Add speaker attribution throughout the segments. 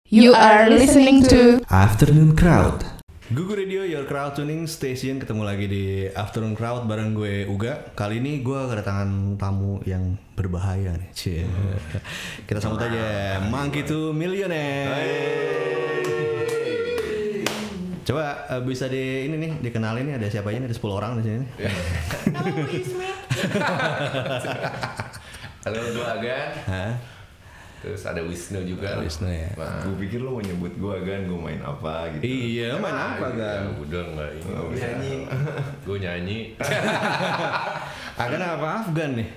Speaker 1: You are listening to
Speaker 2: Afternoon Crowd. Gugu Radio, your crowd tuning station. Ketemu lagi di Afternoon Crowd bareng gue Uga. Kali ini gue kedatangan tamu yang berbahaya nih. Cie. Kita sambut aja Monkey to Millionaire. Coba bisa di ini nih dikenalin nih, ada siapa aja nih, ada 10 orang di sini.
Speaker 1: Halo Ismet.
Speaker 3: Halo, gue Agan.
Speaker 2: Hah?
Speaker 3: Terus ada Wisnu juga.
Speaker 2: Wisnu ya.
Speaker 3: Nah,
Speaker 4: Gue pikir lo mau nyebut gue Agan, gue main apa gitu.
Speaker 2: Iya, main apa kan?
Speaker 3: udah enggak ini.
Speaker 4: Nyanyi.
Speaker 3: Gue nyanyi.
Speaker 2: Agan apa Afgan nih?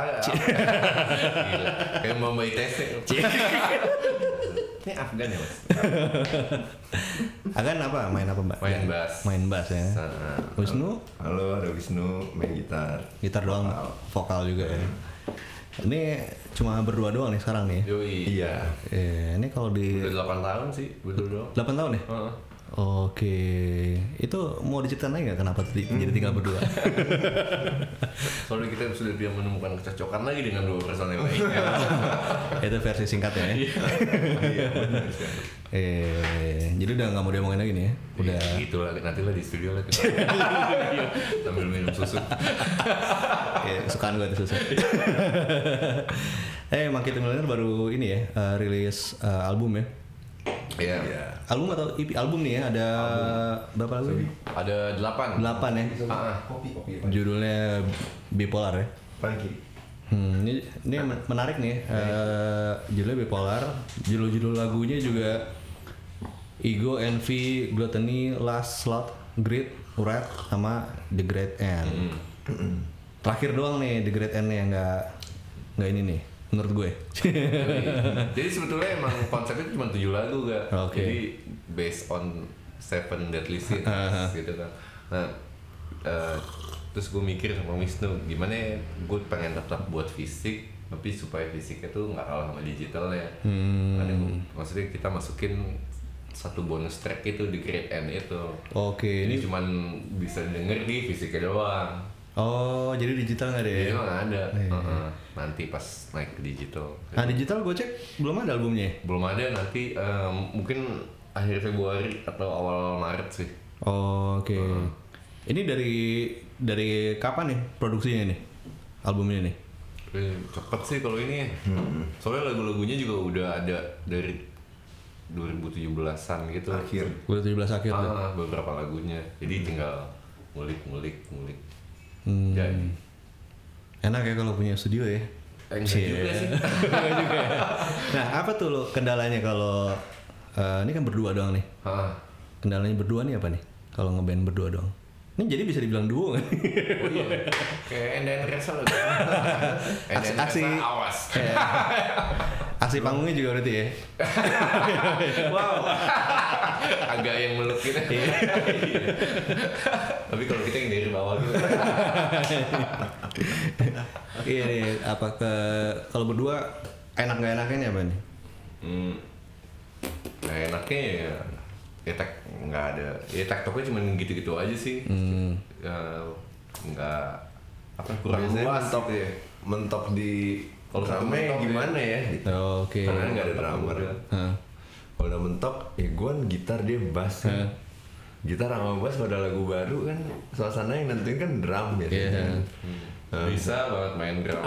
Speaker 3: Gila. Kayak Mama ITC. Ini Afgan ya, Mas?
Speaker 2: Agan apa? Main apa, Mbak?
Speaker 3: Main bass.
Speaker 2: Main bass ya. Wisnu?
Speaker 4: Halo, ada Wisnu main gitar.
Speaker 2: Gitar doang, vokal juga ya. Ini cuma berdua doang nih sekarang nih.
Speaker 3: Yoi.
Speaker 4: Iya.
Speaker 2: Ini kalau di
Speaker 3: Udah 8 tahun sih, berdua doang.
Speaker 2: 8 tahun ya?
Speaker 3: Heeh.
Speaker 2: Oke. Itu mau diceritain lagi nggak kenapa jadi tinggal berdua?
Speaker 3: Soalnya kita sudah dia menemukan kecocokan lagi dengan dua personel lainnya.
Speaker 2: Itu versi singkatnya ya.
Speaker 4: Iya, benar sekali.
Speaker 2: Jadi udah nggak mau diomongin lagi nih ya? Udah.
Speaker 3: Gitu lah, nanti lah di studio lah kita. Sambil minum susu.
Speaker 2: Kesukaan gue tuh susah. Monkey to Millionaire baru ini ya, rilis album ya.
Speaker 3: Iya.
Speaker 2: Album atau EP? Album nih ya, ada berapa lagu?
Speaker 3: Ada 8.
Speaker 2: 8 ya.
Speaker 4: Kopi.
Speaker 2: Judulnya Bipolar ya.
Speaker 4: Paling kiri.
Speaker 2: Ini menarik nih. Judulnya Bipolar. Judul-judul lagunya juga Ego, Envy, Gluttony, Lust, Sloth, Greed, Wrath, sama The Great End. Terakhir doang nih The Great End-nya nggak ini nih, menurut gue.
Speaker 3: Jadi sebetulnya emang konsepnya cuma 7 lagu gak?
Speaker 2: Oke.
Speaker 3: Jadi based on 7 deadly sins gitu kan. Nah, terus gue mikir sama Wisnu, gimana ya gue pengen tetap buat fisik, tapi supaya fisiknya tuh nggak kalah sama digitalnya. Karena maksudnya kita masukin satu bonus track itu di Great End itu.
Speaker 2: Oke.
Speaker 3: Jadi cuman bisa denger di fisiknya doang.
Speaker 2: Oh, jadi digital nggak ada ya?
Speaker 3: Jadi nggak ada. Nanti pas naik ke digital.
Speaker 2: Nah, digital gue cek belum ada albumnya.
Speaker 3: Belum ada, nanti mungkin akhir Februari atau awal Maret sih.
Speaker 2: Oh, oke. Ini dari kapan nih produksinya nih? Albumnya nih?
Speaker 3: Cepet sih kalau ini. Soalnya lagu-lagunya juga udah ada dari 2017-an gitu.
Speaker 4: Akhir.
Speaker 2: Udah 17 akhir tuh.
Speaker 3: Beberapa lagunya. Jadi tinggal ngulik. Jadi.
Speaker 2: Enak ya kalau punya studio ya.
Speaker 3: Enggak juga sih.
Speaker 2: Enggak juga ya. Nah, apa tuh lo kendalanya kalau ini kan berdua doang nih. Kendalanya berdua nih apa nih? Kalau ngeband berdua doang. Ini jadi bisa dibilang duo kan?
Speaker 3: Oh iya. Kayak Enden Resa loh.
Speaker 2: Aksi
Speaker 3: awas.
Speaker 2: Aksi panggungnya juga berarti ya.
Speaker 3: Wow. Agak yang meluk gitu. Tapi kalau kita yang dari bawah dulu.
Speaker 2: Iya nih, kalau berdua enak nggak enaknya nih apa nih?
Speaker 3: Nah, enaknya ya nggak ada. Ya tektoknya cuma gitu-gitu aja sih. Nggak kurang
Speaker 4: Biasanya
Speaker 3: luas
Speaker 4: mentok
Speaker 3: gitu ya.
Speaker 4: Mentok di
Speaker 3: Kalau
Speaker 4: drumnya
Speaker 3: mentok
Speaker 4: gimana ya?
Speaker 2: Oke.
Speaker 4: Karena nggak ada drummer.
Speaker 2: Hah.
Speaker 4: Kalau udah mentok, gue gitar dia bass kan. Gitar sama bass kalau ada lagu baru kan, suasana yang nentuin kan drum biasanya.
Speaker 3: Bisa banget main drum.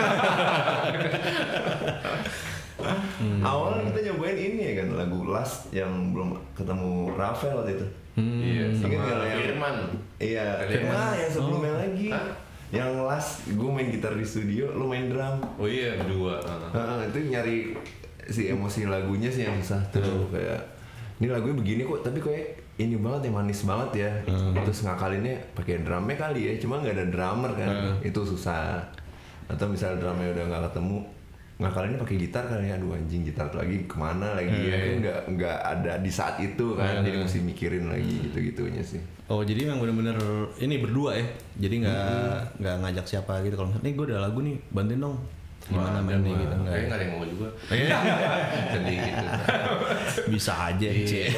Speaker 4: Awalnya kita nyobain ini ya kan, lagu Last yang belum ketemu Rafael waktu itu.
Speaker 3: Iya,
Speaker 4: Ingat
Speaker 3: sama
Speaker 4: nggak yang-
Speaker 3: Firman.
Speaker 4: Iya,
Speaker 3: Firman.
Speaker 4: yang sebelumnya lagi.
Speaker 3: Hah?
Speaker 4: Yang Last, gue main gitar di studio, lu main drum.
Speaker 3: Oh iya, berdua.
Speaker 4: Itu nyari si emosi lagunya sih yang susah tuh. Kayak, ini lagunya begini kok, tapi kayak ini banget ya, manis banget ya. Terus ngakalinnya pakai drumnya kali ya, cuma nggak ada drummer kan, itu susah. Atau misalnya drumnya udah nggak ketemu, ngakalinnya pakai gitar kan ya, aduh anjing gitar tuh lagi kemana lagi ya, kan nggak ada di saat itu kan, jadi mesti mikirin lagi gitu-gitunya sih.
Speaker 2: Oh, jadi memang bener-bener ini berdua ya. Jadi nggak ngajak siapa gitu. Kalau misalnya nih gue ada lagu nih, bantuin dong. Gimana mainnya gitu enggak?
Speaker 3: Kayaknya nggak ada yang mau juga. Sedih gitu.
Speaker 2: Bisa aja sih.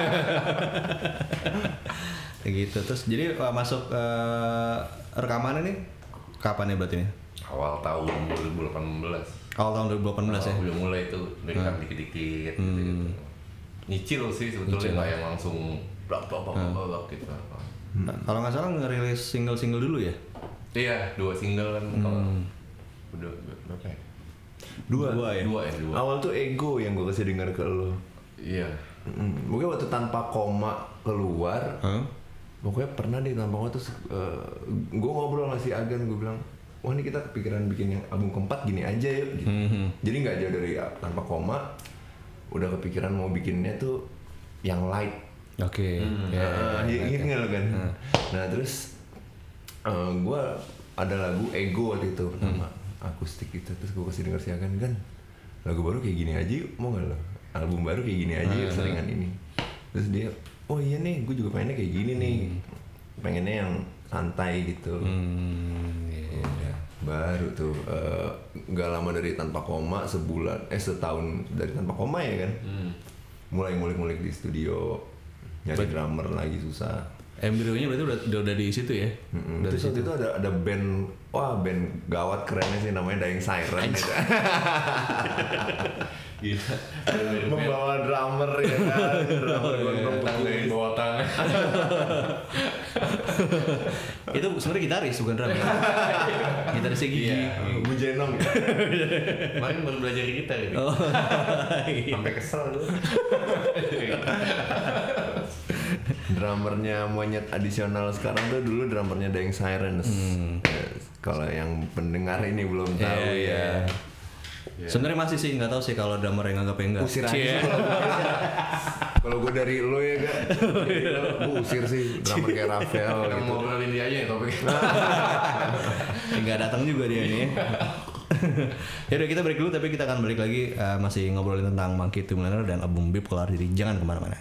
Speaker 2: Kayak gitu. Terus jadi masuk rekamannya nih kapan ya berarti nih?
Speaker 3: Awal tahun 2018.
Speaker 2: Awal tahun 2018 ya.
Speaker 3: Udah mulai tuh, rekam dikit-dikit gitu. nyicil sih sebetulnya, nggak yang langsung blak gitu.
Speaker 2: Nah, kalau nggak salah ngerilis single dulu ya?
Speaker 3: Iya, 2 single kan. Kalau udah berapa ya?
Speaker 4: Dua
Speaker 2: ya?
Speaker 3: Dua.
Speaker 4: Awal tuh Ego yang gue kasih denger ke lo.
Speaker 3: Iya.
Speaker 4: Mungkin waktu Tanpa Koma keluar, pokoknya pernah deh Tanpa Koma terus gue ngobrol sama si Agan, gue bilang, wah ini kita kepikiran bikin yang album keempat gini aja yuk gitu. Jadi nggak jauh dari Tanpa Koma, udah kepikiran mau bikinnya tuh yang light.
Speaker 2: Oke.
Speaker 4: Ingat lo kan. Nah terus gue ada lagu Ego waktu itu pertama akustik gitu, terus gue kasih denger si Agan, kan lagu baru kayak gini aja yuk, mau nggak lo? Album baru kayak gini aja yuk, seringan ini. Terus dia, oh iya nih, gue juga pengennya kayak gini nih, pengennya yang santai gitu. Baru tuh nggak lama dari Tanpa Koma, setahun dari Tanpa Koma ya kan, mulai ngulik-ngulik di studio, nyari drummer lagi susah.
Speaker 2: Embryo-nya berarti udah di situ ya? Dari
Speaker 4: Terus
Speaker 2: situ
Speaker 4: waktu itu ada band, band gawat kerennya sih, namanya Dying Siren.
Speaker 3: Gitu.
Speaker 4: Membawa drummer ya kan, drummer gondrong
Speaker 3: Tangan bawa tangan.
Speaker 2: Itu sebenarnya gitaris bukan drummer. Gitarisnya Gigi.
Speaker 4: Bu Jenong.
Speaker 3: Kemarin baru belajar gitar gitu. Sampai kesel dulu.
Speaker 4: Drummernya Monyet Adisional sekarang tuh dulu drummernya Dying Sirens. Kalau yang pendengar ini belum tahu ya.
Speaker 2: Sebenarnya masih sih, nggak tahu sih kalau drummer yang nganggap enggak.
Speaker 4: Usir aja sih kalau gue dari lo ya gak, gue usir sih drummer kayak Rafael
Speaker 3: Kita
Speaker 4: gitu.
Speaker 3: mau ngobrolin dia aja ya topiknya.
Speaker 2: Nggak datang juga dia nih. Ya udah, kita break dulu, tapi kita akan balik lagi masih ngobrolin tentang Monkey to Millionaire dan album Bipolar. Jadi jangan kemana-mana.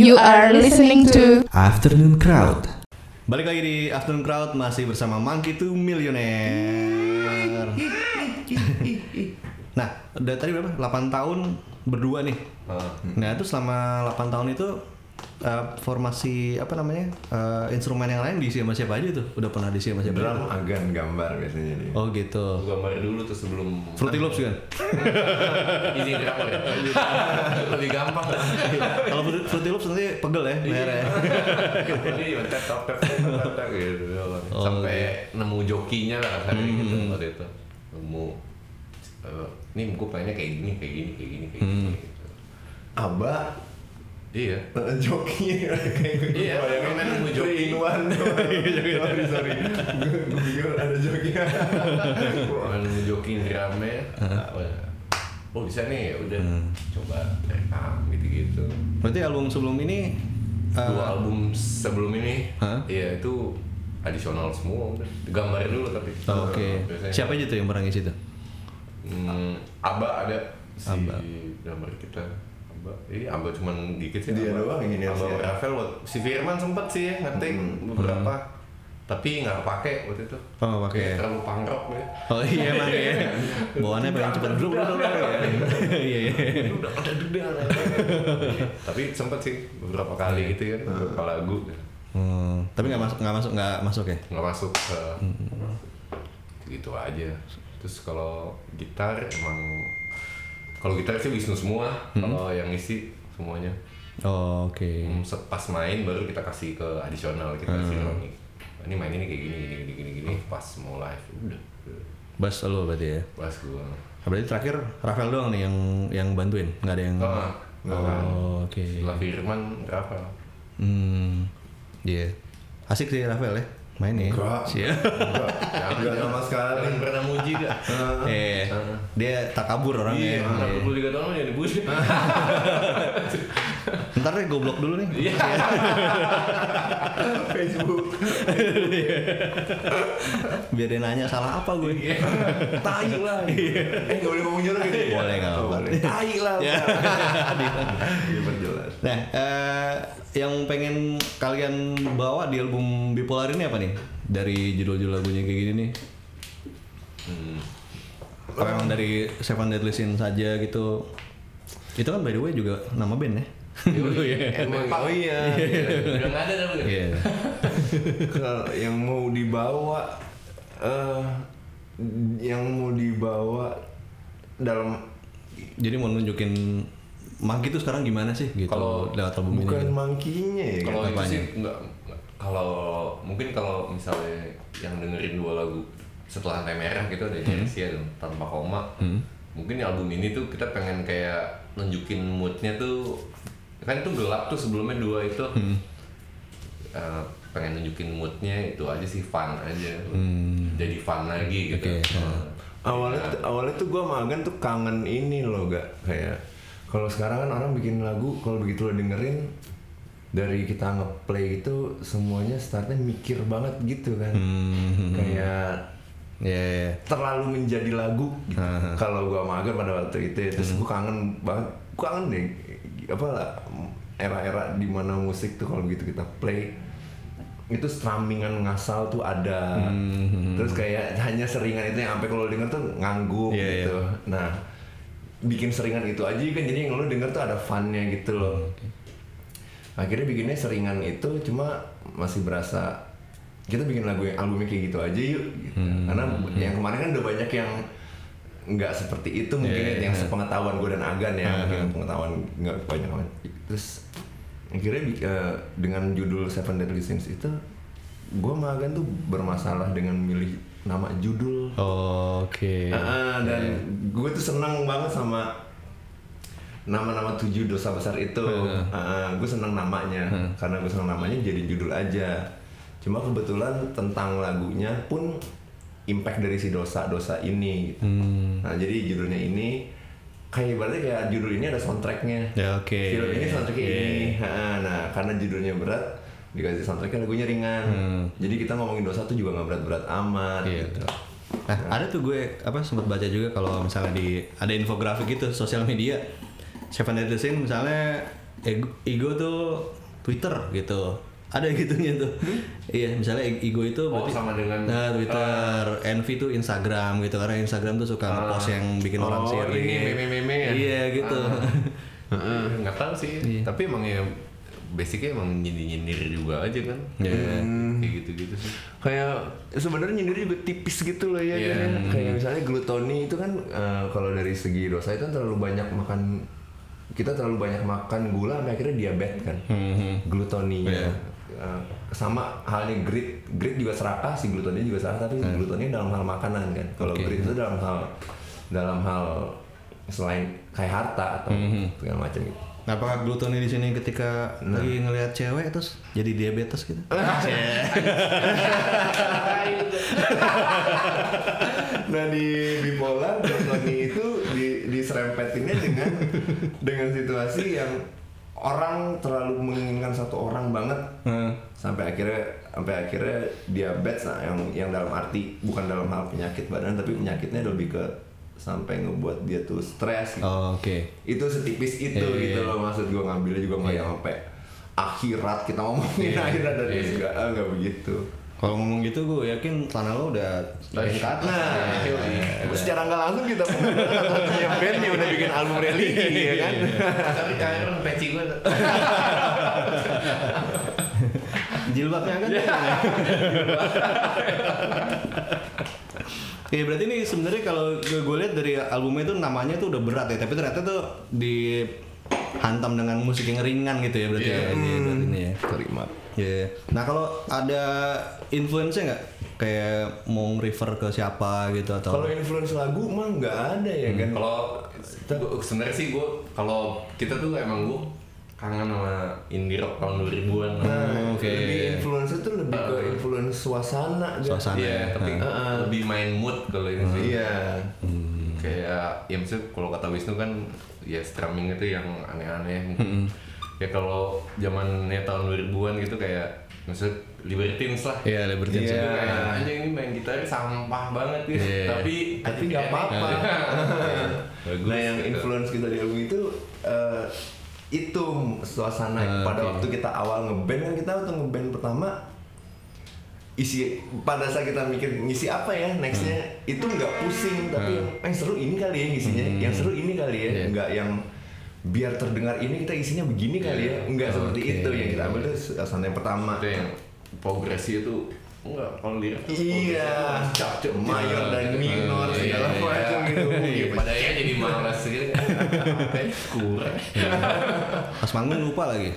Speaker 1: You are listening to
Speaker 2: Afternoon Crowd. Balik lagi di Afternoon Crowd, masih bersama Monkey to Millionaire. Nah, udah tadi berapa? 8 tahun berdua nih. Nah, itu selama 8 tahun itu formasi apa namanya? Instrumen yang lain diisi sama siapa aja tuh? Udah pernah diisi sama siapa?
Speaker 4: Drum, agan, gambar biasanya dia.
Speaker 2: Oh gitu.
Speaker 3: Gue gambar dulu tuh sebelum
Speaker 2: Fruity Loops kan?
Speaker 3: ini drummer ya. Lebih gampang.
Speaker 2: Kalau Fruity Loops nanti pegel ya bayarnya.
Speaker 3: Jadi tap gitu. Sampai nemu jokinya lah kasarnya gitu waktu itu. Nemu nih gue pengennya kayak gini gitu.
Speaker 4: Aba,
Speaker 3: Iya.
Speaker 4: joki
Speaker 3: Iya, main nemu joki.
Speaker 4: Sorry. Gue pikir ada joki.
Speaker 3: Main nemu joki drumnya. Oh bisa nih, ya udah coba rekam gitu.
Speaker 2: Berarti album sebelum ini
Speaker 3: Dua album sebelum ini,
Speaker 2: Hah?
Speaker 3: iya itu adisional semua udah. Gambar dulu tapi.
Speaker 2: Oke.
Speaker 3: Biasanya.
Speaker 2: Siapa aja tuh yang pernah ngisi tuh?
Speaker 3: Aba ada si
Speaker 2: Aba.
Speaker 3: gambar kita. Aba, ini Aba cuman dikit sih.
Speaker 4: Dia
Speaker 3: Aba.
Speaker 4: doang yang ini
Speaker 3: Aba
Speaker 4: sih ya.
Speaker 3: Rafael, si Firman sempet sih ya ngetik beberapa, tapi nggak pakai waktu itu.
Speaker 2: Oh, pakai.
Speaker 3: Kayak terlalu punk rock ya.
Speaker 2: Oh iya emang ya. Bawaannya pengen cepet dulu. Iya.
Speaker 3: Udah ada dudang. Tapi sempet sih beberapa kali gitu kan, beberapa lagu.
Speaker 2: Tapi nggak masuk ya?
Speaker 3: Nggak masuk ke gitu aja. Terus kalau gitar gitar sih Wisnu semua, kalau yang isi semuanya.
Speaker 2: Oh, oke.
Speaker 3: Pas main baru kita kasih ke adisional, kita kasih Roni. Ini main ini kayak gini pas mau live udah.
Speaker 2: Bass lo berarti ya?
Speaker 3: Pas gua.
Speaker 2: Berarti terakhir Rafael doang nih yang bantuin, nggak ada yang. Oh, oke.
Speaker 3: Setelah Firman Rafael.
Speaker 2: Iya. Asik sih Rafael ya, main ya.
Speaker 4: Enggak. Enggak sama sekali.
Speaker 3: Jangan pernah muji gak?
Speaker 2: Dia tak kabur orangnya.
Speaker 3: Iya, anak pukul 3 tahun ya dipuji.
Speaker 2: Ntar deh goblok dulu nih.
Speaker 3: Iya.
Speaker 4: Facebook.
Speaker 2: Biar dia nanya salah apa gue.
Speaker 4: Tai lah. Nggak boleh ngomong jorok gitu.
Speaker 2: Boleh nggak apa-apa.
Speaker 4: Tai lah.
Speaker 2: Ya.
Speaker 4: Iya perjelas.
Speaker 2: Nah, yang pengen kalian bawa di album Bipolar ini apa nih? Dari judul-judul lagunya kayak gini nih. Apa emang dari Seven Deadly Sins saja gitu? Itu kan by the way juga nama band ya?
Speaker 4: Emang oh iya.
Speaker 3: Udah nggak ada tapi.
Speaker 2: Iya.
Speaker 4: Kalau yang mau dibawa dalam
Speaker 2: Jadi mau nunjukin Monkey itu sekarang gimana sih gitu
Speaker 3: Kalau
Speaker 2: lewat album ini?
Speaker 4: bukan
Speaker 2: gitu.
Speaker 4: mangkinya ya kan?
Speaker 3: Kalau itu
Speaker 2: Apanya?
Speaker 3: sih enggak. Kalau misalnya yang dengerin 2 lagu setelah Lantai Merah gitu ada Chelsea dan Tanpa Koma. Mungkin di album ini tuh kita pengen kayak nunjukin moodnya tuh, kan itu gelap tuh sebelumnya 2 itu. Pengen nunjukin moodnya itu aja sih, fun aja. Jadi fun lagi gitu.
Speaker 2: Oke.
Speaker 4: Awalnya tuh gue sama Agan tuh kangen ini loh, gak kayak kalau sekarang kan orang bikin lagu, kalau begitu lo dengerin dari kita ngeplay gitu semuanya startnya mikir banget gitu kan. Kayak terlalu menjadi lagu gitu. Kalau gue sama Agan pada waktu itu terus gue kangen deh apa era-era di mana musik tuh kalau begitu kita play itu strummingan ngasal tuh ada. Terus kayak hanya seringan itu yang sampai kalau denger tuh ngangguk gitu. Nah, bikin seringan itu aja kan jadi yang lo denger tuh ada funnya gitu loh. Akhirnya bikinnya seringan itu cuma masih berasa kita bikin albumnya kayak gitu aja yuk gitu. Karena yang kemarin kan udah banyak yang nggak seperti itu mungkin yang sepengetahuan gue dan Agan ya, mungkin pengetahuan nggak banyak banget. Terus akhirnya dengan judul Seven Deadly Sins itu gue sama Agan tuh bermasalah dengan milih nama judul.
Speaker 2: Oke.
Speaker 4: Dan gue tuh senang banget sama nama-nama 7 dosa besar itu. Gue senang namanya karena gue senang namanya jadi judul aja. Cuma kebetulan tentang lagunya pun impact dari si dosa-dosa ini gitu. Nah jadi judulnya ini kayak berarti kayak judul ini ada soundtracknya.
Speaker 2: Ya, oke.
Speaker 4: Film ini soundtracknya ini. Nah karena judulnya berat dikasih soundtracknya lagunya ringan. Jadi kita ngomongin dosa tuh juga nggak berat-berat amat gitu.
Speaker 2: Nah, ada tuh gue sempat baca juga kalau misalnya ada infografik gitu sosial media Seven Deadly Sins misalnya ego tuh Twitter gitu. Ada gitunya tuh. Iya, misalnya ego itu berarti
Speaker 3: sama dengan
Speaker 2: Twitter, envy tuh Instagram gitu, karena Instagram tuh suka nge-post yang bikin orang sirik.
Speaker 3: Ini meme ya.
Speaker 2: Iya gitu.
Speaker 3: Nggak tahu sih. Tapi emang ya basicnya emang nyindir juga aja kan. Kayak gitu-gitu sih.
Speaker 4: Kayak sebenarnya nyindir juga tipis gitu loh ya. Kayak misalnya glutoni itu kan kalau dari segi dosa itu kan kita terlalu banyak makan gula sampai akhirnya diabetes kan. Glutoni ya. Sama halnya grit juga serakah, si glutoni juga serakah, tapi glutoni dalam hal makanan kan. Kalau grit itu dalam hal selain kayak harta atau segala macam gitu.
Speaker 2: Nah, apakah glutoni di sini ketika lagi ngelihat cewek terus jadi diabetes gitu?
Speaker 4: Nah di bipolar glutoni itu diserempetinnya dengan situasi yang orang terlalu menginginkan satu orang banget sampai akhirnya diabetes. Nah yang dalam arti bukan dalam hal penyakit badan, tapi penyakitnya lebih ke sampai ngebuat dia tuh stres gitu. Itu setipis itu gitu loh, maksud gue ngambilnya juga nggak yang sampai akhirat kita ngomongin akhirat dan nggak begitu.
Speaker 2: Kalau ngomong gitu gue yakin tanah lo udah ke atas.
Speaker 4: Secara nggak langsung kita pun satu-satunya band yang udah bikin album religi ya kan.
Speaker 3: Tapi kalian peci gue.
Speaker 2: Jilbabnya kan. Oke, berarti ini sebenarnya kalau gue lihat dari albumnya itu namanya tuh udah berat ya, tapi ternyata tuh dihantam dengan musik yang ringan gitu ya berarti ya. Berarti ini ya.
Speaker 4: Terima.
Speaker 2: Yeah. Nah kalau ada influence-nya nggak? Kayak mau refer ke siapa gitu atau?
Speaker 4: Kalau influence lagu mah nggak ada ya kan.
Speaker 3: Kalau sebenarnya sih kalau kita tuh emang gue kangen sama indie rock tahun 2000-an.
Speaker 4: Lebih influence itu lebih ke influence suasana.
Speaker 3: Iya, tapi lebih main mood kalau ini sih.
Speaker 4: Iya.
Speaker 3: Kayak ya maksudnya kalau kata Wisnu kan ya strumming itu yang aneh-aneh. Ya kalau zamannya tahun 2000-an gitu kayak maksud Libertines lah.
Speaker 2: Iya, Libertines.
Speaker 3: Aja ini main gitar sampah banget ya. Tapi
Speaker 4: nggak apa-apa.
Speaker 3: Bagus.
Speaker 4: Nah yang influence kita di album itu suasana pada waktu kita awal ngeband kan, kita waktu ngeband pertama pada saat kita mikir ngisi apa ya nextnya itu nggak pusing, tapi yang seru ini kali ya ngisinya, yang seru ini kali ya, nggak yang biar terdengar ini kita isinya begini kali ya, nggak seperti itu yang kita ambil tuh suasana yang pertama.
Speaker 3: Itu yang progresi itu enggak kalau lihat
Speaker 4: mayor dan minor segala macam gitu.
Speaker 3: Padahal jadi malas gitu kan. Kurang.
Speaker 2: Pas manggung lupa lagi.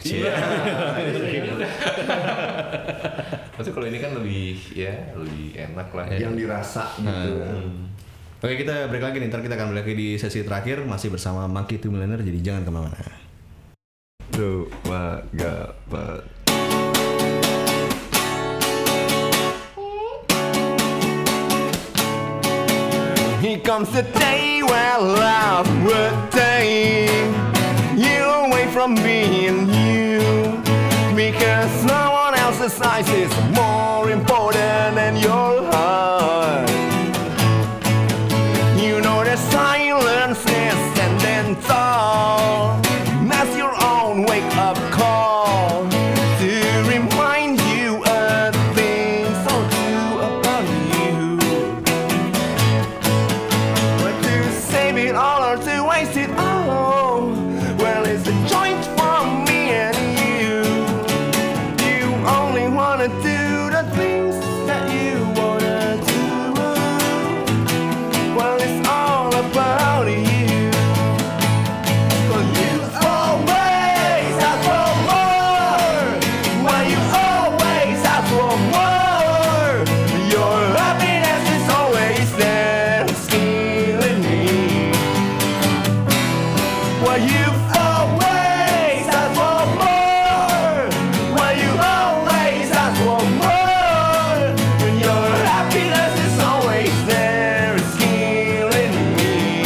Speaker 3: Maksudnya kalau ini kan lebih enak lah.
Speaker 4: Yang dirasa gitu.
Speaker 2: Oke, kita break lagi nih. Ntar kita akan balik lagi di sesi terakhir masih bersama Monkey 2 Millionaire. Jadi jangan kemana-mana.
Speaker 4: Tuh, Magapat. Here comes the day where love would take you away from me and you, because no one else's eyes is more important than your heart. You know the silence is standing tall, that's your own wake-up call to remind you of things so true about you. But to save it all or to waste it all, well, it's a choice from me and you. You only wanna do the things that you wanna do. Well, it's all about you. But you always ask for more. Well, you always ask for more. Your happiness is always there, stealing me. Well, you always ask for more. Well, you always ask for more. Your happiness is always there, stealing me.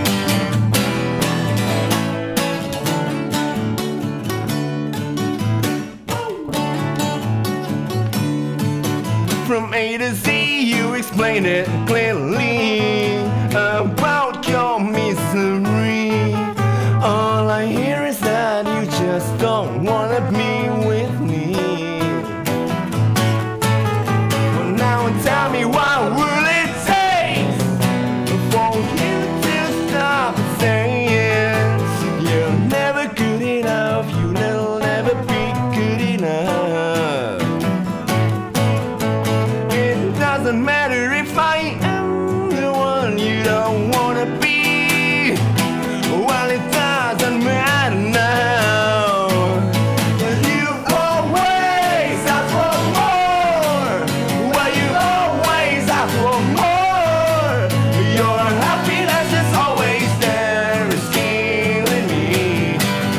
Speaker 4: From A to Z, you explain it clearly about your misery. All I hear is that you just doesn't matter if I am the one you don't wanna be. Well, it doesn't matter now. You always ask for more. Well, you always ask for more. Your happiness is always there, it's killing me.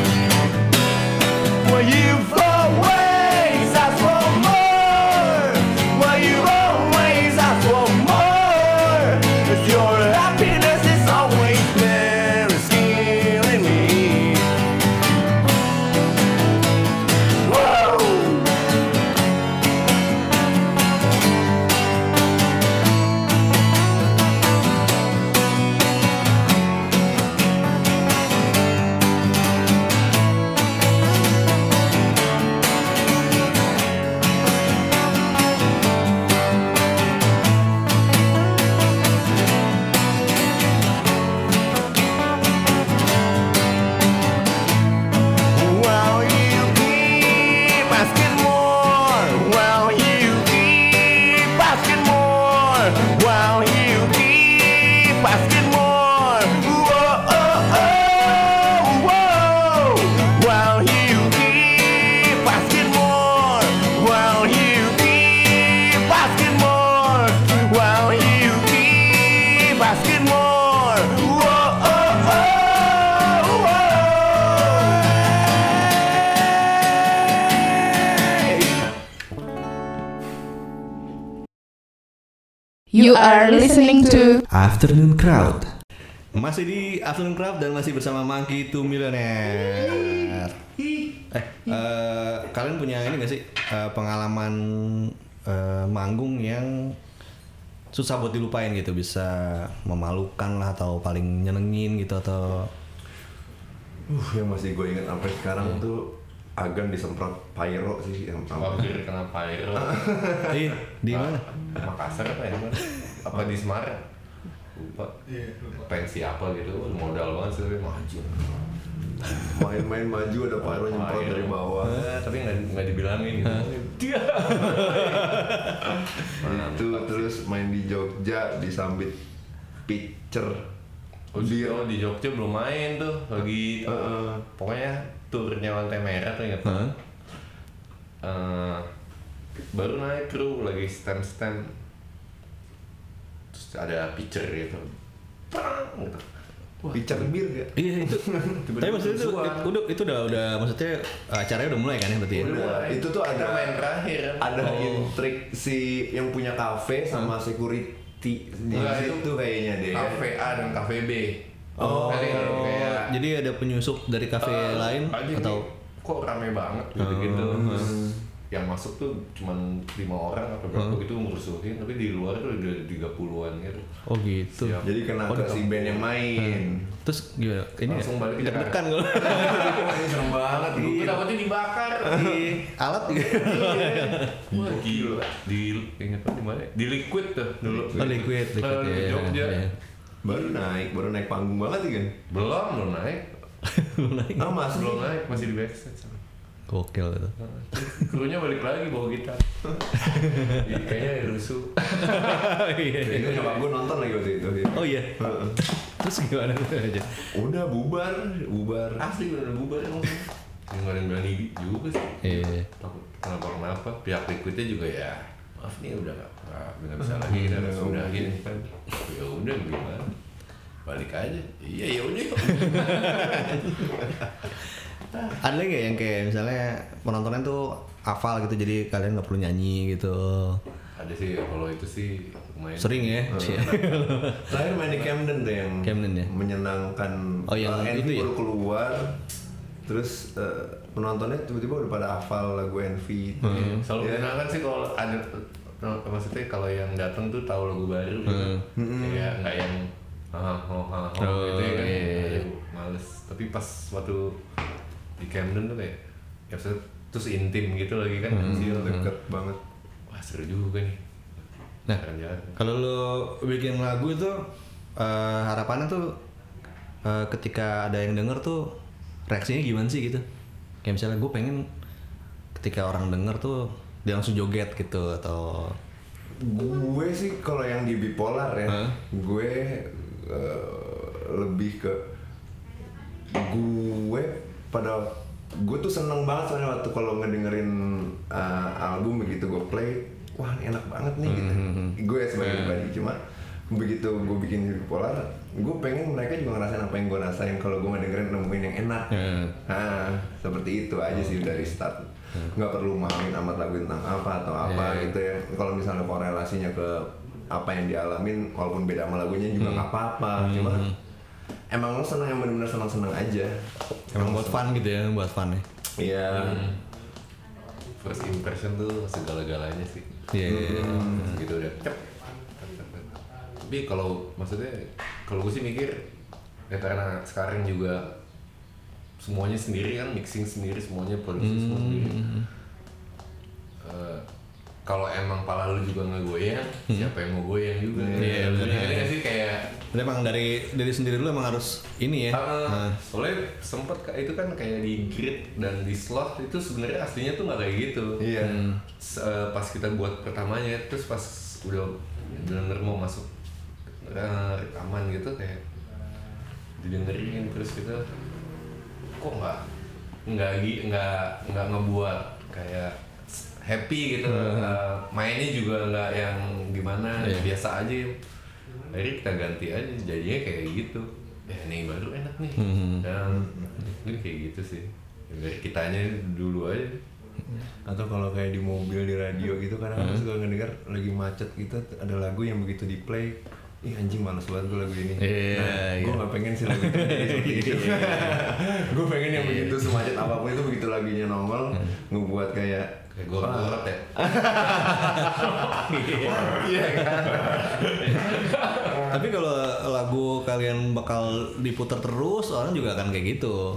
Speaker 4: Well, you've always asked for more. Well, you always ask for more. Your happiness is always there, it's killing me. Whoa. Well, you keep asking more. Well, you keep asking more. Well, you keep asking more. Whoa, oh, oh, whoa. Well, you keep asking more. Well, you keep asking more. Well, you keep asking more. Whoa, oh, oh, whoa.
Speaker 1: You are listening to
Speaker 2: Afternoon Crowd. Masih di Afternoon Crowd dan masih bersama Monkey to Millionaire. Kalian punya ini gak sih pengalaman manggung yang susah buat dilupain gitu, bisa memalukan lah atau paling nyenengin gitu atau
Speaker 4: Yang masih gue ingat sampai sekarang tuh Agan disemprot pyro sih yang
Speaker 3: Hampir kena pyro.
Speaker 2: di mana?
Speaker 3: Makassar apa ya? Apa di Semarang? Lupa. Pensi apa gitu, modal banget sih tapi maju.
Speaker 4: main-main maju ada pyro nyemprot dari bawah.
Speaker 3: Tapi nggak dibilangin gitu. Dia.
Speaker 4: Itu terus main di Jogja disambit pitcher.
Speaker 3: Di Jogja belum main tuh, lagi pokoknya turnya Lantai Merah tuh inget. Baru naik kru lagi stand terus ada pitcher gitu, Prang, gitu.
Speaker 4: Pitcher bir ya.
Speaker 2: Iya itu. Tapi maksudnya itu udah maksudnya acaranya udah mulai kan ya berarti ya?
Speaker 4: Udah, itu tuh ada
Speaker 3: main terakhir.
Speaker 4: Ada intrik si yang punya kafe sama security di situ kayaknya deh.
Speaker 3: Kafe A dan kafe B.
Speaker 4: Oh.
Speaker 3: Kayak
Speaker 2: Jadi ada penyusup dari kafe lain
Speaker 3: aja
Speaker 2: atau
Speaker 3: nih, kok rame banget gitu-gitu. Terus yang masuk tuh cuman 5 orang atau berapa gitu ngurusin, tapi di luar tuh udah 30-an gitu.
Speaker 2: oh gitu.
Speaker 3: Siap.
Speaker 4: Jadi kena ke si band yang main.
Speaker 2: Terus gimana? Ini
Speaker 3: Langsung balik ke Jakarta.
Speaker 2: deg-degan kalau
Speaker 4: Ini serem banget.
Speaker 3: Gue takutnya dibakar.
Speaker 2: alat juga.
Speaker 3: Wah gila. Ingat di mana? Di Liquid tuh dulu.
Speaker 2: Oh, Liquid
Speaker 3: Di
Speaker 2: ya.
Speaker 3: Jogja.
Speaker 2: Ya.
Speaker 4: Baru naik panggung banget kan?
Speaker 3: Belum naik.
Speaker 4: Ah masih
Speaker 3: Belum naik, masih di backstage.
Speaker 2: Gokil itu.
Speaker 3: Krunya balik lagi bawa gitar. Kayaknya rusuh.
Speaker 4: Itu nyokap gue nonton lagi waktu itu.
Speaker 2: Oh iya. Terus gimana tuh aja?
Speaker 4: Udah bubar.
Speaker 3: Asli bener bubar emang. Nggak ada yang berani juga sih.
Speaker 2: Iya.
Speaker 3: Takut kenapa pihak Liquidnya juga ya. Maaf nih udah nggak bisa lagi kita harus udahin kan. Ya udah gimana? Balik aja. Iya ya udah.
Speaker 2: Ada nggak yang kayak misalnya penontonnya tuh hafal gitu jadi kalian nggak perlu nyanyi gitu?
Speaker 3: Ada sih kalau itu sih lumayan.
Speaker 2: Sering ya?
Speaker 4: Terakhir main di Camden tuh yang
Speaker 2: Camden ya?
Speaker 4: menyenangkan.
Speaker 2: Oh, yang
Speaker 4: Envy
Speaker 2: itu ya?
Speaker 4: baru keluar. Terus penontonnya tiba-tiba udah pada hafal lagu Envy.
Speaker 3: Selalu menyenangkan sih kalau ada, maksudnya kalau yang datang tuh tahu lagu baru gitu. Kayak nggak yang gitu ya kan. Aduh, males. Tapi pas waktu di Camden tuh kayak ya terus intim gitu lagi kan, kecil
Speaker 4: Deket banget.
Speaker 3: wah seru juga nih.
Speaker 2: Nah,
Speaker 3: Jalan-jalan.
Speaker 2: kalau lo bikin lagu itu harapannya tuh ketika ada yang denger tuh reaksinya gimana sih gitu? Kayak misalnya gue pengen ketika orang denger tuh dia langsung joget gitu atau
Speaker 4: Gue sih kalau yang di bipolar ya, gue lebih ke gue tuh seneng banget soalnya waktu kalau ngedengerin album begitu gue play, wah ini enak banget nih gitu. Gue sebagai pribadi, cuma begitu gue bikin bipolar, gue pengen mereka juga ngerasain apa yang gue rasain kalau gue ngedengerin nemuin yang enak. Seperti itu aja sih dari start. Nggak perlu mahamin amat lagu tentang apa atau apa gitu ya. Kalau misalnya korelasinya ke apa yang dialamin, walaupun beda sama lagunya juga nggak apa-apa. Cuma emang lo seneng yang benar-benar seneng-seneng aja.
Speaker 2: Emang buat fun gitu ya, buat fun ya.
Speaker 4: Iya.
Speaker 3: First impression tuh segala-galanya sih.
Speaker 2: Iya.
Speaker 3: Gitu udah. Tapi kalau maksudnya kalau gue sih mikir ya karena sekarang juga semuanya sendiri kan, mixing sendiri, semuanya produksi semua sendiri. Kalau emang pala lu juga nggak goyang, siapa yang mau goyang juga?
Speaker 2: Iya, benar.
Speaker 3: Ini sih kayak
Speaker 2: Emang dari sendiri dulu emang harus ini ya.
Speaker 3: soalnya sempet itu kan kayak di grid dan di slot itu sebenarnya aslinya tuh nggak kayak gitu.
Speaker 4: Iya.
Speaker 3: Pas kita buat pertamanya, terus pas udah bener-bener mau masuk rekaman gitu kayak didengerin, terus kita kok nggak ngebuat kayak happy gitu. Mainnya juga nggak yang gimana, biasa aja. Akhirnya kita ganti aja, jadinya kayak gitu. Ini baru enak nih. Dan ini kayak gitu sih. Dari kitanya dulu aja.
Speaker 4: Atau kalau kayak di mobil, di radio gitu kan aku suka ngedenger lagi macet gitu ada lagu yang begitu di play, ih anjing males banget gue lagu ini. Gue nggak pengen sih lagu itu seperti itu. Gue pengen yang begitu semacet apapun itu, begitu lagunya nongol ngebuat kayak
Speaker 3: gorot ya.
Speaker 4: Iya kan.
Speaker 2: Tapi kalau lagu kalian bakal diputar terus, orang juga akan kayak gitu.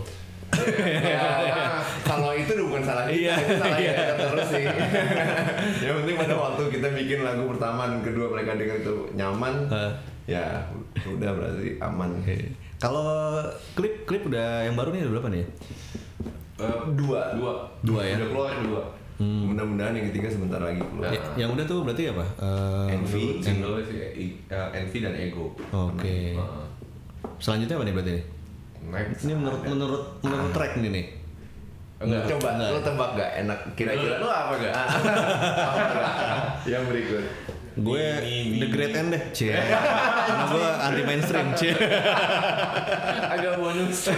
Speaker 4: Kalau itu bukan salah kita, itu salah kita terus sih. Yang penting pada waktu kita bikin lagu pertama dan kedua mereka dengar itu nyaman, ya udah berarti aman.
Speaker 2: Kalau klip udah yang baru nih ada berapa nih?
Speaker 4: Dua
Speaker 2: ya.
Speaker 3: Udah keluar 2.
Speaker 4: Mudah-mudahan yang ketiga sebentar lagi keluar.
Speaker 2: Yang udah tuh berarti apa?
Speaker 4: Envy,
Speaker 3: Single sih Envy dan Ego.
Speaker 2: Oke. Selanjutnya apa nih berarti?
Speaker 3: Next.
Speaker 2: Ini menurut track ini nih.
Speaker 3: Enggak.
Speaker 4: Coba lo tebak gak enak kira-kira
Speaker 3: Lu apa gak?
Speaker 4: yang berikut.
Speaker 2: Gue The Great End deh, cie. Karena gue anti mainstream, cie.
Speaker 3: Agak bonus.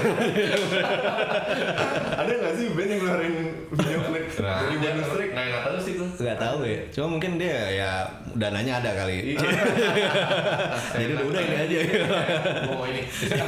Speaker 4: Ada nggak sih band yang ngeluarin video klip dari bonus track?
Speaker 3: Nggak tahu sih gue.
Speaker 2: Gak tahu ya. Cuma mungkin dia ya dananya ada kali. Jadi udah ini aja.
Speaker 3: Mau ini.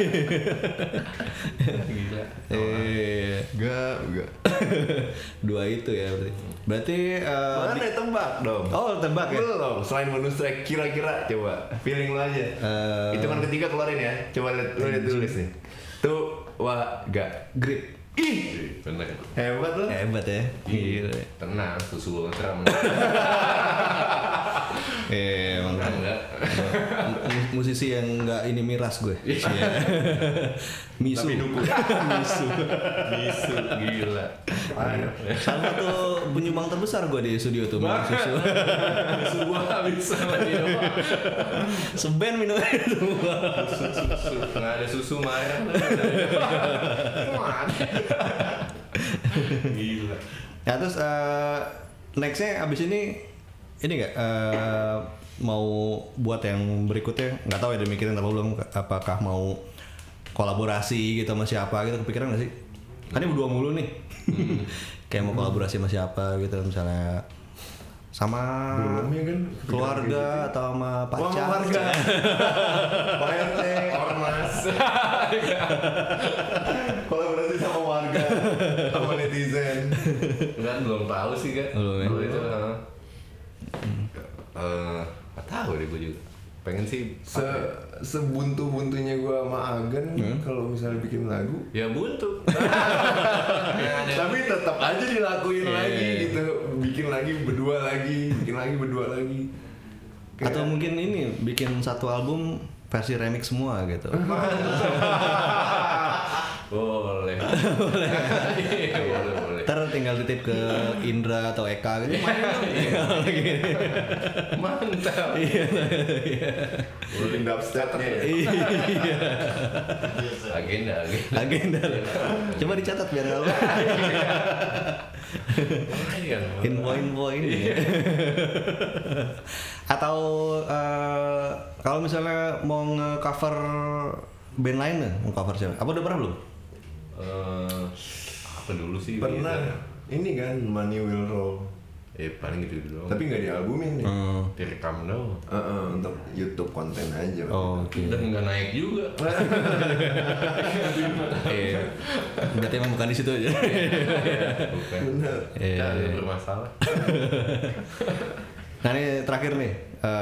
Speaker 3: Gila.
Speaker 4: Enggak.
Speaker 2: Dua itu ya berarti. Berarti
Speaker 4: Mana tebak dong?
Speaker 2: oh tebak ya.
Speaker 4: Belum, selain bonus track kira-kira coba feeling lo aja. Hitungan ketiga keluarin ya. Coba lihat tulis nih. Tuh gak
Speaker 2: Grip.
Speaker 4: ih
Speaker 3: Bener.
Speaker 4: hebat lo.
Speaker 2: Hebat ya. Gila.
Speaker 3: Tenang, susu ceram.
Speaker 2: Emang
Speaker 3: Enggak.
Speaker 2: musisi yang nggak ini miras gue. Misu.
Speaker 3: Tapi dukung. Misu gila.
Speaker 2: Salah satu penyumbang terbesar gue di studio tuh minum susu.
Speaker 3: Susu gua habis sama dia.
Speaker 2: Seben minum itu.
Speaker 3: Susu. Nggak ada susu marah. Gila.
Speaker 2: Ya terus nextnya abis ini nggak mau buat yang berikutnya, nggak tahu ya demikirin apa belum, apakah mau kolaborasi gitu sama siapa gitu, kepikiran nggak sih? Kan ini berdua mulu nih. Kayak mau kolaborasi sama siapa gitu, misalnya sama
Speaker 4: Belum ya kan?
Speaker 2: keluarga atau sama pacar.
Speaker 4: Keluarga. Pak RT, ormas. Kolaborasi sama warga, sama netizen.
Speaker 3: Enggak, belum tahu sih kan.
Speaker 2: Belum ya?
Speaker 3: Kalau itu nggak tahu deh gue juga. Pengen sih
Speaker 4: Sebuntu-buntunya gue sama Agen kalau misalnya bikin lagu,
Speaker 3: ya buntu.
Speaker 4: tapi tetap aja dilakuin lagi gitu, bikin lagi berdua lagi.
Speaker 2: Atau mungkin ini bikin satu album versi remix semua gitu.
Speaker 3: Boleh. Boleh. deh.
Speaker 2: Ntar tinggal titip ke Indra atau Eka gitu.
Speaker 3: Mantap.
Speaker 4: Rolling dubstepnya ya.
Speaker 2: Iya.
Speaker 3: Agenda.
Speaker 2: Coba dicatat biar nggak lupa. Info ini. Atau kalau misalnya mau nge-cover band lain nih, mau cover siapa? Apa udah pernah belum?
Speaker 3: Apa dulu sih?
Speaker 4: Pernah. Ini kan Money Will Roll.
Speaker 3: Paling gitu doang.
Speaker 4: Tapi nggak dialbumin nih.
Speaker 3: Direkam doang.
Speaker 4: Untuk YouTube konten aja.
Speaker 2: Oh, oke.
Speaker 3: Dan nggak naik juga.
Speaker 2: Berarti emang bukan di situ aja.
Speaker 3: Bukan.
Speaker 4: Bener.
Speaker 3: Jangan bermasalah.
Speaker 2: Nah ini terakhir nih,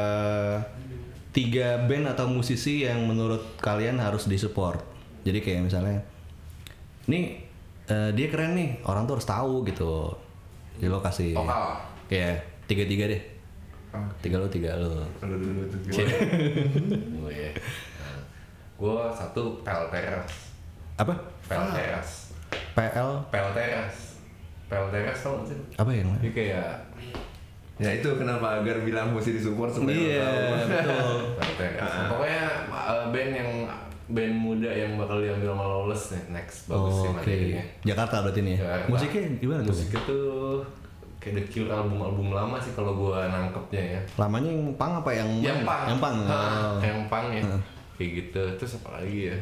Speaker 2: 3 band atau musisi yang menurut kalian harus disupport. Jadi kayak misalnya, nih dia keren nih, orang tuh harus tahu gitu. Jadi lo kasih.
Speaker 3: Lokal.
Speaker 2: Ya, 3 deh. 3 lo.
Speaker 4: Kalau dulu tuh.
Speaker 3: Oh iya. Gue satu Pelteras.
Speaker 2: Apa?
Speaker 3: Pelteras.
Speaker 2: PL?
Speaker 3: Pelteras tau gak sih?
Speaker 2: Apa yang?
Speaker 3: Dia kayak
Speaker 4: Ya itu kenapa Agar bilang mesti disupport supaya lo
Speaker 2: Iya,
Speaker 4: tahu.
Speaker 2: betul.
Speaker 3: Pelteras. Pokoknya band muda yang bakal diambil sama Lawless nih next bagus sih
Speaker 2: Oke.
Speaker 3: materinya.
Speaker 2: Jakarta berarti nih ya.
Speaker 3: Jakarta.
Speaker 2: Musiknya gimana tuh?
Speaker 3: Musiknya tuh kayak The Cure album lama sih kalau gua nangkepnya ya.
Speaker 2: Lamanya yang punk apa yang
Speaker 3: Punk.
Speaker 2: Yang punk. Oh.
Speaker 3: Yang punk ya. Kayak gitu. Terus apa lagi ya?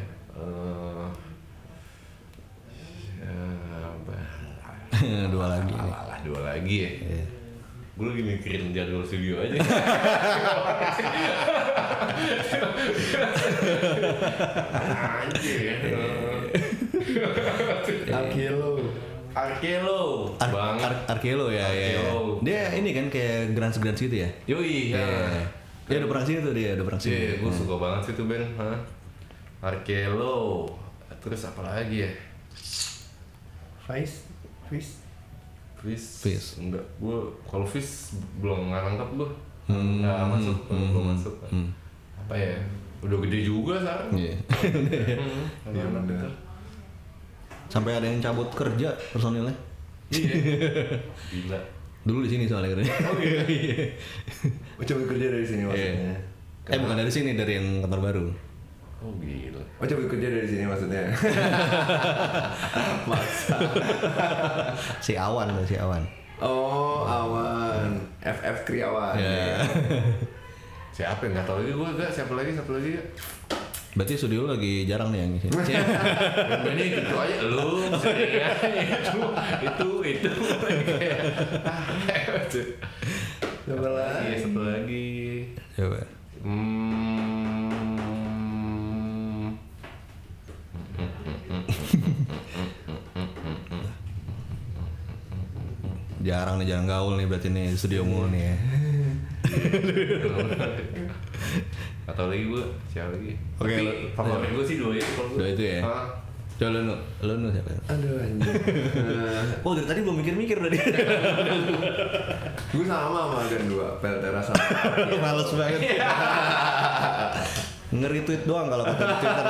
Speaker 2: Dua lagi nih.
Speaker 3: Dua lagi ya. Gue lagi mikirin jadwal studio aja. Anjir. Arkelo.
Speaker 2: Arkelo ya.
Speaker 3: Arkelo.
Speaker 2: Dia ini kan kayak grunge gitu ya.
Speaker 3: Yoi ya.
Speaker 2: Dia udah pernah sini tuh dia, udah pernah sini.
Speaker 3: Iya, gue suka banget sih tuh band. Arkelo. Terus apa lagi ya? Fish. Enggak, gue kalau Fish belum nangkep gue. Nggak masuk, belum masuk. Apa ya? Udah gede juga sekarang.
Speaker 2: Iya.
Speaker 3: Iya benar.
Speaker 2: Sampai ada yang cabut kerja personilnya.
Speaker 3: Iya. Gila.
Speaker 2: Dulu di sini soalnya katanya.
Speaker 3: Oh gitu.
Speaker 4: Oh, coba kerja dari sini maksudnya.
Speaker 2: Bukan dari sini, dari yang kantor baru.
Speaker 3: Oh gila.
Speaker 4: Oh, coba kerja dari sini maksudnya. Maksa.
Speaker 2: Si Awan.
Speaker 4: Oh, Awan. FF Kriawan.
Speaker 2: Ya.
Speaker 3: Siapa yang nggak tahu lagi gue gak? Siapa lagi ya?
Speaker 2: Berarti studio lu lagi jarang nih yang ngisi.
Speaker 3: Ini gitu aja lu sering aja itu.
Speaker 4: Coba lagi.
Speaker 3: Satu lagi.
Speaker 2: Coba. Jarang gaul nih berarti nih studio mulu nih ya.
Speaker 3: Atau lagi gue siapa lagi?
Speaker 2: Oke,
Speaker 3: Tapi
Speaker 2: lu-
Speaker 3: favorit gue sih dua itu kalau gue.
Speaker 2: Dua itu ya? Coba lu siapa?
Speaker 4: Aduh anjir.
Speaker 2: Oh dari tadi belum mikir-mikir udah dia.
Speaker 4: Gue sama Agan 2, Pelteras sama.
Speaker 2: Males banget. Nge-retweet doang kalau kata di Twitter.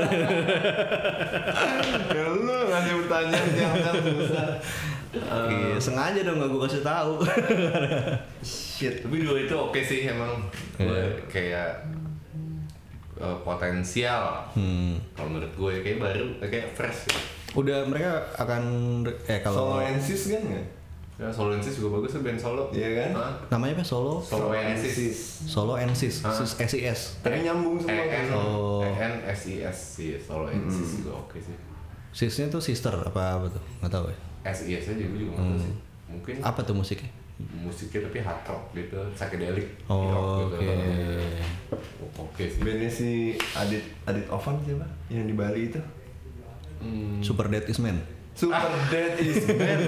Speaker 4: Ya lu ngasih pertanyaan yang susah.
Speaker 2: Sengaja dong gak gue kasih tahu.
Speaker 4: Shit.
Speaker 3: Tapi dua itu oke sih emang. Gue kayak potensial. Kalau menurut gue kayak baru, kayak fresh.
Speaker 2: Udah mereka akan kalau
Speaker 4: Soloensis kan nggak?
Speaker 3: Ya Soloensis juga bagus tuh band solo.
Speaker 4: Iya kan?
Speaker 2: namanya apa Solo Ensis SIS.
Speaker 4: Tapi nyambung semua.
Speaker 3: ENSIS sih, Soloensis juga oke sih.
Speaker 2: Sisnya tuh sister apa tuh nggak tahu ya.
Speaker 3: SIS aja gue juga nggak tahu sih. Mungkin
Speaker 2: Apa tuh musiknya?
Speaker 3: musiknya tapi hard rock gitu, psychedelic
Speaker 2: Oh,
Speaker 3: rock gitu. Oke sih.
Speaker 4: Bandnya si Adit Ovan siapa? Yang di Bali itu?
Speaker 2: Super Dead is Man.
Speaker 4: Super Dead is Man.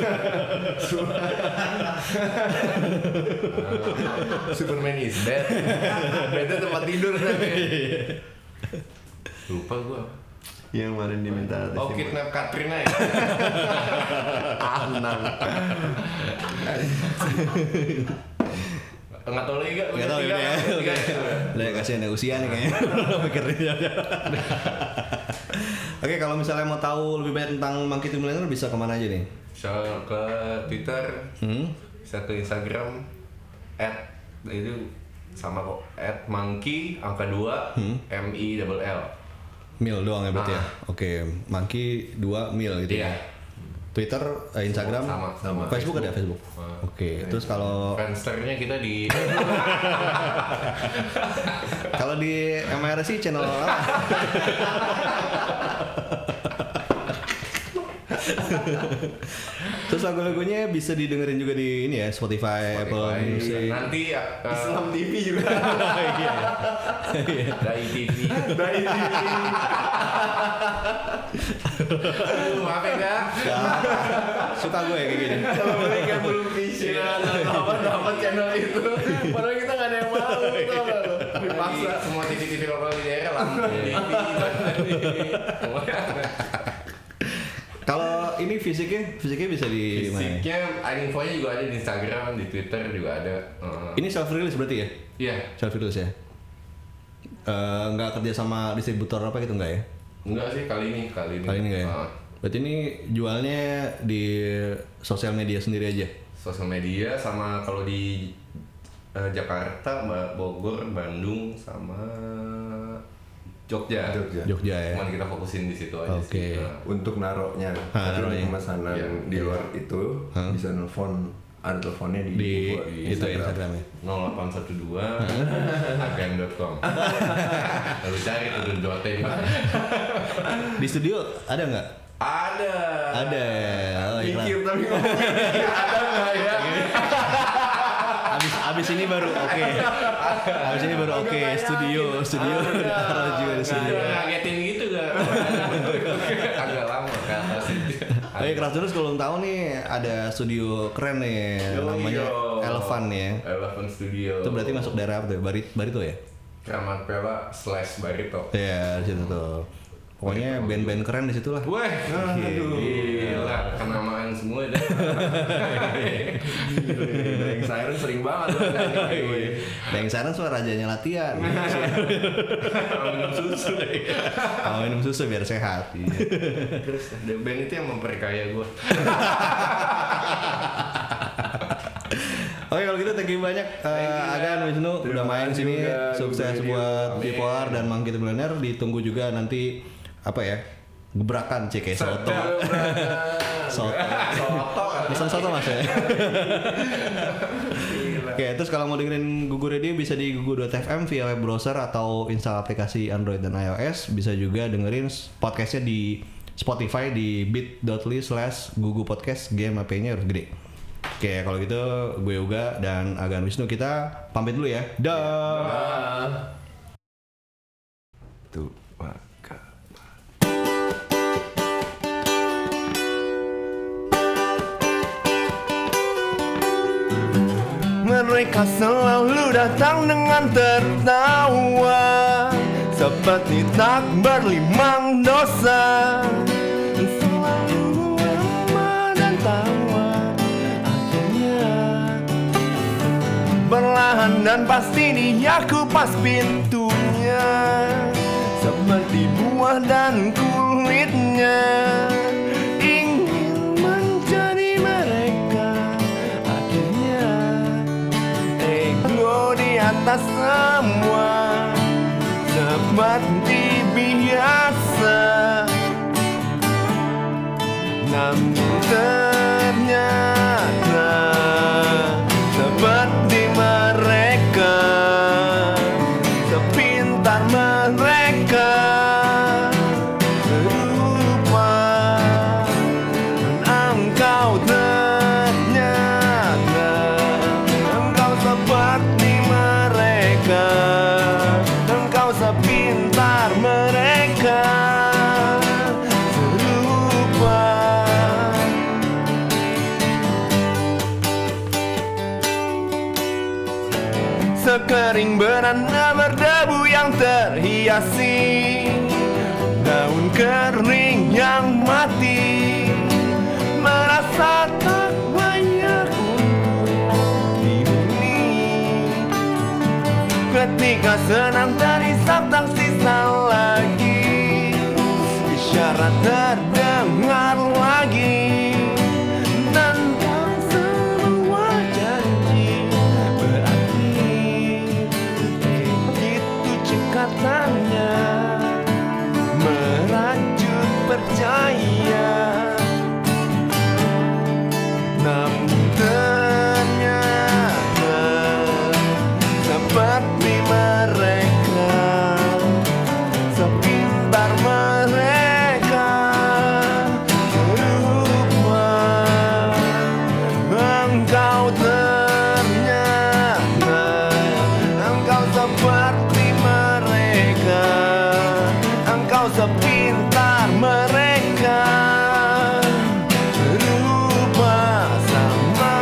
Speaker 3: Superman is dead.
Speaker 4: Bednya tempat tidur tapi.
Speaker 3: Lupa gue.
Speaker 4: Yang kemarin diminta
Speaker 3: Oh,
Speaker 4: testimoni.
Speaker 3: kidnap Katrina ya.
Speaker 4: Anang.
Speaker 3: Nggak tahu lagi gak?
Speaker 2: Nggak tahu ya. Udah kasihan ya usia nih kayaknya. Mikirnya. Oke, kalau misalnya mau tahu lebih banyak tentang Monkey to Millionaire bisa kemana aja nih?
Speaker 3: Bisa ke Twitter, bisa ke Instagram, itu sama kok, @monkey angka 2 MILL.
Speaker 2: Mil doang ya berarti ya? Oke, Monkey 2 mil gitu ya? Twitter, Instagram,
Speaker 3: sama.
Speaker 2: Facebook ada Facebook? Oke, terus kalau
Speaker 3: Friendster-nya kita di
Speaker 2: kalau di MRC channel apa? Terus lagu-lagunya bisa didengerin juga di ini ya, Spotify. Apple Music.
Speaker 3: Nanti
Speaker 4: Islam TV juga.
Speaker 2: Iya.
Speaker 3: Dai TV. Maaf ya Kak.
Speaker 2: Suka gue ya kayak gini.
Speaker 4: Kalau mereka belum bisa dapat channel itu, padahal kita nggak ada yang mau.
Speaker 3: Dipaksa semua TV lokal di daerah lah.
Speaker 2: Kalau ini fisiknya bisa di mana?
Speaker 3: Fisiknya, infonya juga ada di Instagram, di Twitter juga ada.
Speaker 2: Ini self release berarti ya?
Speaker 3: Iya.
Speaker 2: Self release ya? Nggak kerja sama distributor apa gitu nggak ya?
Speaker 3: Enggak sih kali ini.
Speaker 2: Kali ini nggak ya? Berarti ini jualnya di sosial media sendiri aja?
Speaker 3: Sosial media sama kalau di Jakarta, Bogor, Bandung, sama Jogja
Speaker 2: ya.
Speaker 3: Cuman kita fokusin di situ aja
Speaker 2: Oke.
Speaker 3: sih.
Speaker 4: Untuk naruhnya,
Speaker 2: naruhnya.
Speaker 4: pemesanan
Speaker 3: Iya.
Speaker 4: di luar itu bisa nelfon, ada teleponnya
Speaker 2: Di itu
Speaker 4: Instagram.
Speaker 2: Instagramnya.
Speaker 3: 0812 agen.com. Lalu cari tuh dotnya di mana.
Speaker 2: Di studio ada nggak?
Speaker 3: Ada.
Speaker 2: Ada. Oh, iklan.
Speaker 4: Mikir tapi ngomongnya ada nggak ya?
Speaker 2: Abis ini baru oke. Abis ini baru oke. Studio taruh juga di studio.
Speaker 3: Ngagetin gitu gak? Agak lama kan.
Speaker 2: Oke, Keras Terus kalau tahu nih ada studio keren nih namanya Elephant ya.
Speaker 3: Elephant Studio.
Speaker 2: Itu berarti masuk daerah apa tuh? Barito ya?
Speaker 3: Kramat Pela / Barito.
Speaker 2: Iya, di situ tuh. Pokoknya band-band keren di situ lah.
Speaker 3: Wah, gila, kenamaan semua dah.
Speaker 4: Yang siren sering banget tuh.
Speaker 2: Yang saran suara rajanya latihan.
Speaker 3: Minum susu.
Speaker 2: Mau minum susu biar sehat.
Speaker 3: Terus band itu yang memperkaya gue.
Speaker 2: Oke, kalau gitu thank you banyak Agan, Wisnu udah main sini. Sukses buat Bipolar dan Monkey to Millionaire. Ditunggu juga nanti apa ya? Gebrakan kayak soto. Pesan soto Mas ya. Oke, terus kalau mau dengerin Gugu Radio bisa di gugu.fm via web browser atau install aplikasi Android dan iOS. Bisa juga dengerin podcastnya di Spotify di bit.ly/Gugu Podcast. Game AP-nya harus gede. Oke, kalau gitu gue Yoga dan Agan Wisnu kita pamit dulu ya. Dah.
Speaker 4: Tuh, maka. Mereka selalu datang dengan tertawa, seperti tak berlimang dosa. Selalu ramah dan tawa. Akhirnya perlahan dan pasti dia kupas pintunya, seperti buah dan kulitnya. Ingin menjadi mereka. Akhirnya ego di atas semua, seperti biasa. Namun ternyata seperti mereka, sepintar mereka, serupa. Dan engkau ternyata, engkau seperti mereka, engkau sepintar mereka, serupa. Sekering beranda berdebu yang terhiasi, daun kering yang mati, merasa tak banyak di bumi. Ketika senang terisak tak sisa lagi, isyarat tak terdengar lagi tentang semua janji berakhir. Itu cekatannya merajut percaya, namun ternyata seperti mereka, sepintar mereka, rupa engkau ternyata, engkau seperti mereka, engkau sepintar mereka, rupa sama.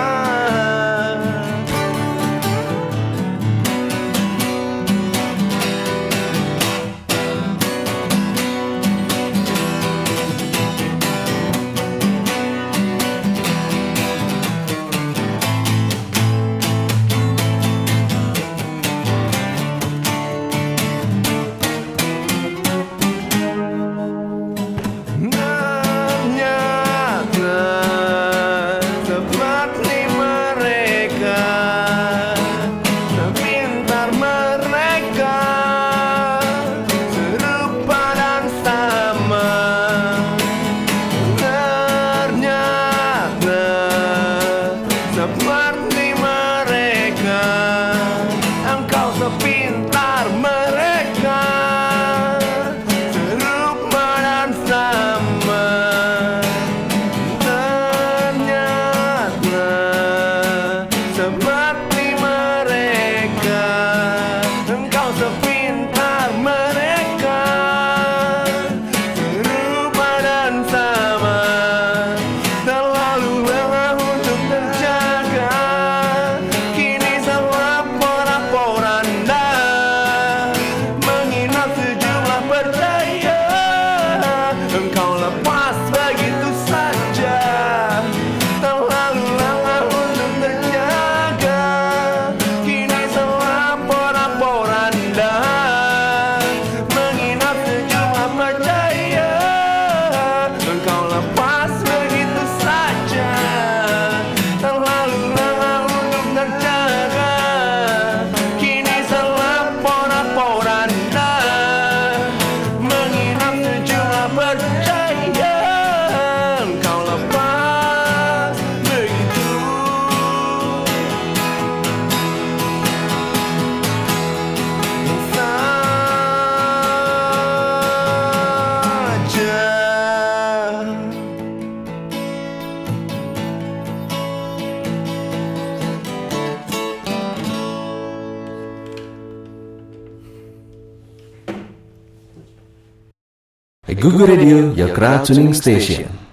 Speaker 4: Seperti mereka, engkau sepintar mereka, serupa dan sama. Ternyata seperti mereka, engkau sepintar mereka, serupa dan sama. Terlalu lelah untuk terjaga, kini salah porak-poranda, menginap sejumlah percaya, engkau lepas begitu saja. Terlalu lelah untuk terjaga, kini salah porak-poranda, menginap sejumlah percaya, engkau lepas begitu saja. Terlalu lama untuk terjaga, kini salah porak-poranda, menginap sejumlah percaya, engkau lepas begitu saja.
Speaker 5: Google Radio, your crowd tuning station.